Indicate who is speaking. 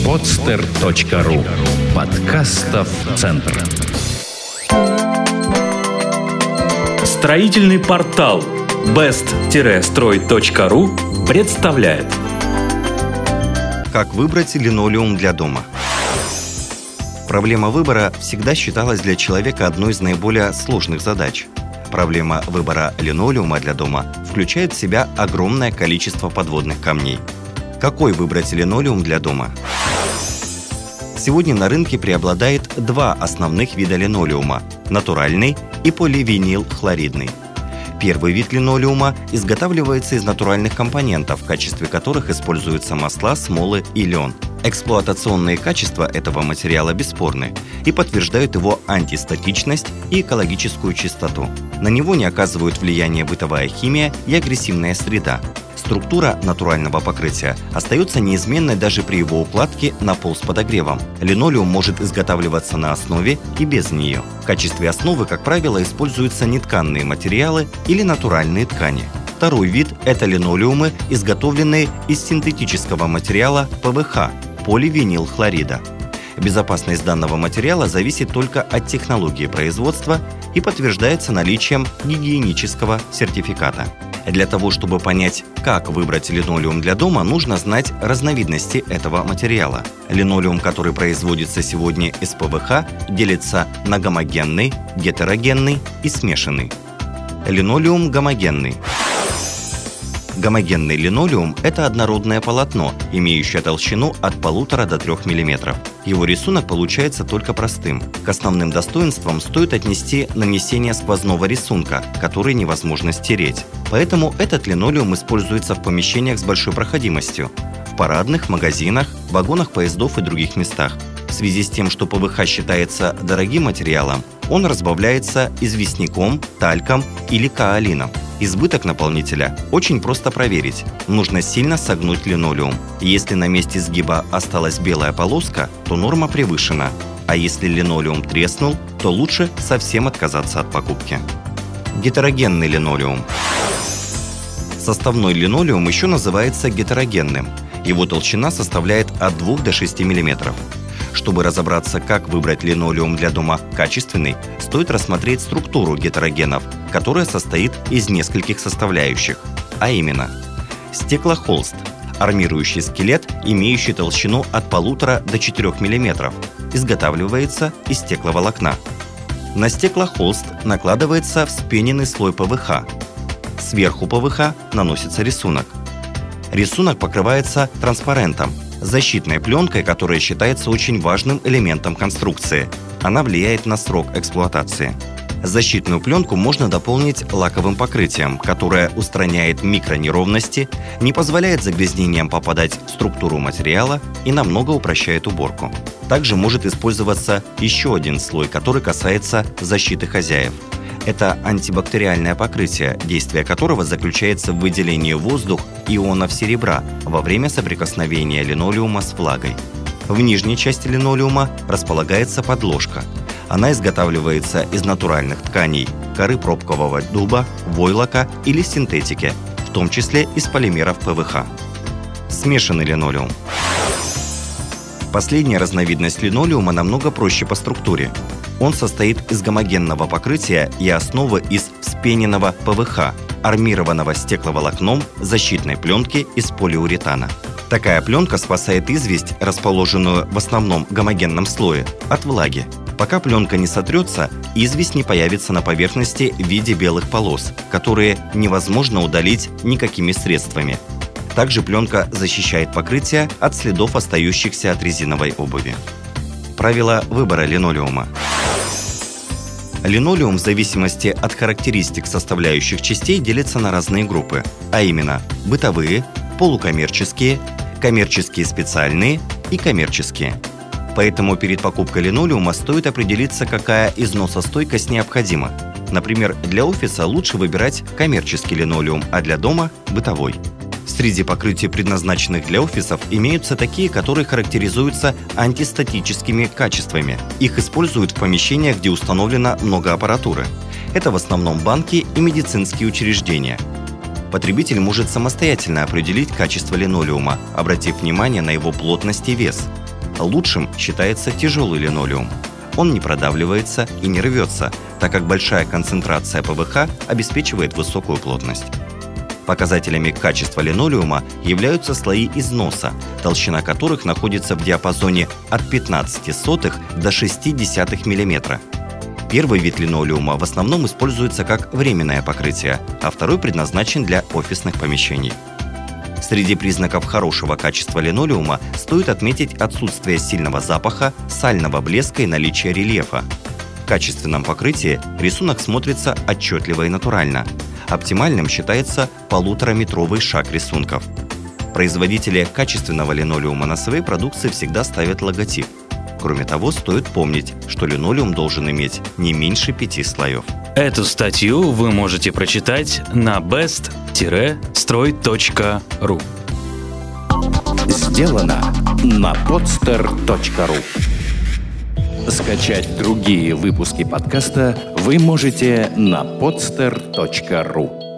Speaker 1: podster.ru. Подкастов центр.
Speaker 2: Строительный портал best-строй.ру представляет.
Speaker 3: Как выбрать линолеум для дома? Проблема выбора всегда считалась для человека одной из наиболее сложных задач. Проблема выбора линолеума для дома включает в себя огромное количество подводных камней. Какой выбрать линолеум для дома? Сегодня на рынке преобладает два основных вида линолеума – натуральный и поливинилхлоридный. Первый вид линолеума изготавливается из натуральных компонентов, в качестве которых используются масла, смолы и лен. Эксплуатационные качества этого материала бесспорны и подтверждают его антистатичность и экологическую чистоту. На него не оказывают влияния бытовая химия и агрессивная среда. Структура натурального покрытия остается неизменной даже при его укладке на пол с подогревом. Линолеум может изготавливаться на основе и без нее. В качестве основы, как правило, используются нетканные материалы или натуральные ткани. Второй вид – это линолеумы, изготовленные из синтетического материала ПВХ – поливинилхлорида. Безопасность данного материала зависит только от технологии производства и подтверждается наличием гигиенического сертификата. Для того, чтобы понять, как выбрать линолеум для дома, нужно знать разновидности этого материала. Линолеум, который производится сегодня из ПВХ, делится на гомогенный, гетерогенный и смешанный. Линолеум гомогенный. Гомогенный линолеум – это однородное полотно, имеющее толщину от 1,5 до 3 мм. Его рисунок получается только простым. К основным достоинствам стоит отнести нанесение сквозного рисунка, который невозможно стереть. Поэтому этот линолеум используется в помещениях с большой проходимостью – в парадных, магазинах, вагонах поездов и других местах. В связи с тем, что ПВХ считается дорогим материалом, он разбавляется известняком, тальком или каолином. Избыток наполнителя очень просто проверить. Нужно сильно согнуть линолеум. Если на месте сгиба осталась белая полоска, то норма превышена. А если линолеум треснул, то лучше совсем отказаться от покупки. Гетерогенный линолеум. Составной линолеум еще называется гетерогенным. Его толщина составляет от 2 до 6 мм. Чтобы разобраться, как выбрать линолеум для дома качественный, стоит рассмотреть структуру гетерогенов, которая состоит из нескольких составляющих, а именно стеклохолст – армирующий скелет, имеющий толщину от 1,5 до 4 мм, изготавливается из стекловолокна. На стеклохолст накладывается вспененный слой ПВХ. Сверху ПВХ наносится рисунок. Рисунок покрывается транспарентом – защитной пленкой, которая считается очень важным элементом конструкции. Она влияет на срок эксплуатации. Защитную пленку можно дополнить лаковым покрытием, которое устраняет микронеровности, не позволяет загрязнениям попадать в структуру материала и намного упрощает уборку. Также может использоваться еще один слой, который касается защиты хозяев. Это антибактериальное покрытие, действие которого заключается в выделении в воздух ионов серебра во время соприкосновения линолеума с влагой. В нижней части линолеума располагается подложка. Она изготавливается из натуральных тканей, коры пробкового дуба, войлока или синтетики, в том числе из полимеров ПВХ. Смешанный линолеум. Последняя разновидность линолеума намного проще по структуре. Он состоит из гомогенного покрытия и основы из вспененного ПВХ, армированного стекловолокном, защитной пленки из полиуретана. Такая пленка спасает известь, расположенную в основном гомогенном слое, от влаги. Пока пленка не сотрется, известь не появится на поверхности в виде белых полос, которые невозможно удалить никакими средствами. Также пленка защищает покрытие от следов, остающихся от резиновой обуви. Правила выбора линолеума. Линолеум в зависимости от характеристик составляющих частей делится на разные группы, а именно бытовые, полукоммерческие, коммерческие специальные и коммерческие. Поэтому перед покупкой линолеума стоит определиться, какая износостойкость необходима. Например, для офиса лучше выбирать коммерческий линолеум, а для дома – бытовой. Среди покрытий, предназначенных для офисов, имеются такие, которые характеризуются антистатическими качествами. Их используют в помещениях, где установлено много аппаратуры. Это в основном банки и медицинские учреждения. Потребитель может самостоятельно определить качество линолеума, обратив внимание на его плотность и вес. Лучшим считается тяжелый линолеум. Он не продавливается и не рвется, так как большая концентрация ПВХ обеспечивает высокую плотность. Показателями качества линолеума являются слои износа, толщина которых находится в диапазоне от 0,15 до 0,6 мм. Первый вид линолеума в основном используется как временное покрытие, а второй предназначен для офисных помещений. Среди признаков хорошего качества линолеума стоит отметить отсутствие сильного запаха, сального блеска и наличие рельефа. В качественном покрытии рисунок смотрится отчетливо и натурально. Оптимальным считается 1,5-метровый шаг рисунков. Производители качественного линолеума на своей продукции всегда ставят логотип. Кроме того, стоит помнить, что линолеум должен иметь не меньше 5 слоев.
Speaker 2: Эту статью вы можете прочитать на best-строй.ру.
Speaker 1: Сделано на podster.ru. Скачать другие выпуски подкаста вы можете на podster.ru.